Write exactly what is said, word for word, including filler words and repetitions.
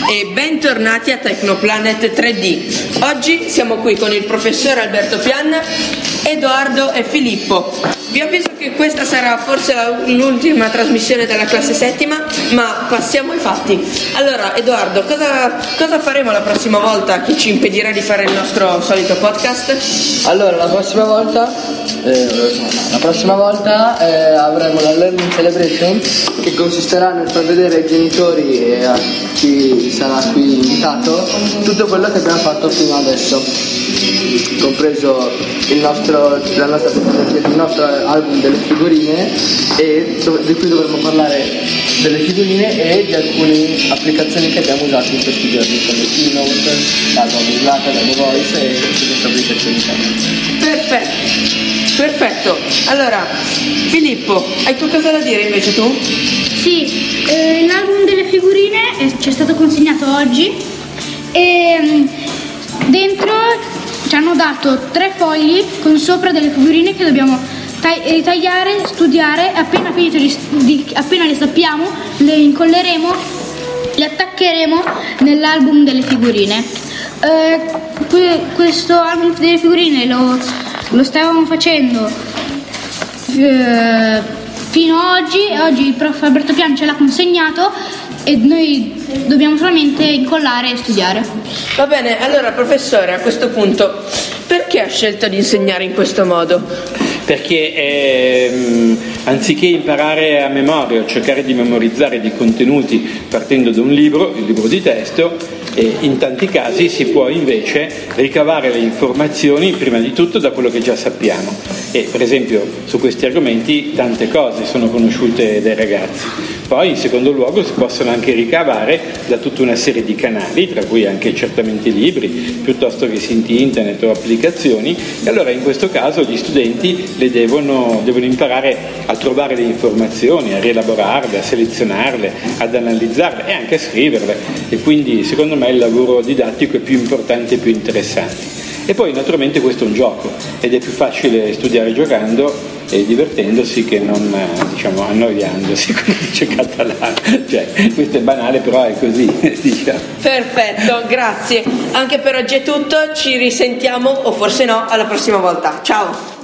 e bentornati a Tecnoplanet tre D. Oggi siamo qui con il professor Alberto Pianna, Edoardo e Filippo. Vi avviso che questa sarà forse la, l'ultima trasmissione della classe settima, ma passiamo ai fatti. Allora, Edoardo, cosa, cosa faremo la prossima volta che ci impedirà di fare il nostro solito podcast? Allora, la prossima volta, eh, la prossima volta eh, avremo la Learning Celebration, che consisterà nel far vedere ai genitori e a chi sarà qui invitato tutto quello che abbiamo fatto fino adesso, compreso il nostro, la nostra, il nostro album delle figurine, e di cui dovremo parlare delle figurine e di alcune applicazioni che abbiamo usato in questi giorni, come Keynote, la Domislata, la Voice e tutte queste applicazioni. Perfetto, perfetto. Allora, Filippo, hai qualcosa da dire invece tu? Sì, eh, l'album delle figurine eh, ci è stato consegnato oggi e mh, dentro ci hanno dato tre fogli con sopra delle figurine che dobbiamo ta- ritagliare, studiare, e appena finito di, di, appena le sappiamo le incolleremo, le attaccheremo nell'album delle figurine. Eh, que- questo album delle figurine lo, lo stavamo facendo eh, fino ad oggi. Oggi il prof Alberto Pian ce l'ha consegnato e noi dobbiamo solamente incollare e studiare. Va bene, allora professore, a questo punto, perché ha scelto di insegnare in questo modo? Perché ehm, anziché imparare a memoria o cercare di memorizzare dei contenuti partendo da un libro, il libro di testo, eh, in tanti casi si può invece ricavare le informazioni prima di tutto da quello che già sappiamo, e per esempio su questi argomenti tante cose sono conosciute dai ragazzi. Poi in secondo luogo si possono anche ricavare da tutta una serie di canali, tra cui anche certamente libri, piuttosto che siti internet o applicazioni, e allora in questo caso gli studenti le devono, devono imparare a trovare le informazioni, a rielaborarle, a selezionarle, ad analizzarle e anche a scriverle, e quindi secondo me il lavoro didattico è più importante e più interessante. E poi naturalmente questo è un gioco ed è più facile studiare giocando e divertendosi che non, diciamo, annoiandosi, come dice Catalano. Cioè, questo è banale, però è così, diciamo. Perfetto, grazie. Anche per oggi è tutto, ci risentiamo, o forse no, alla prossima volta. Ciao!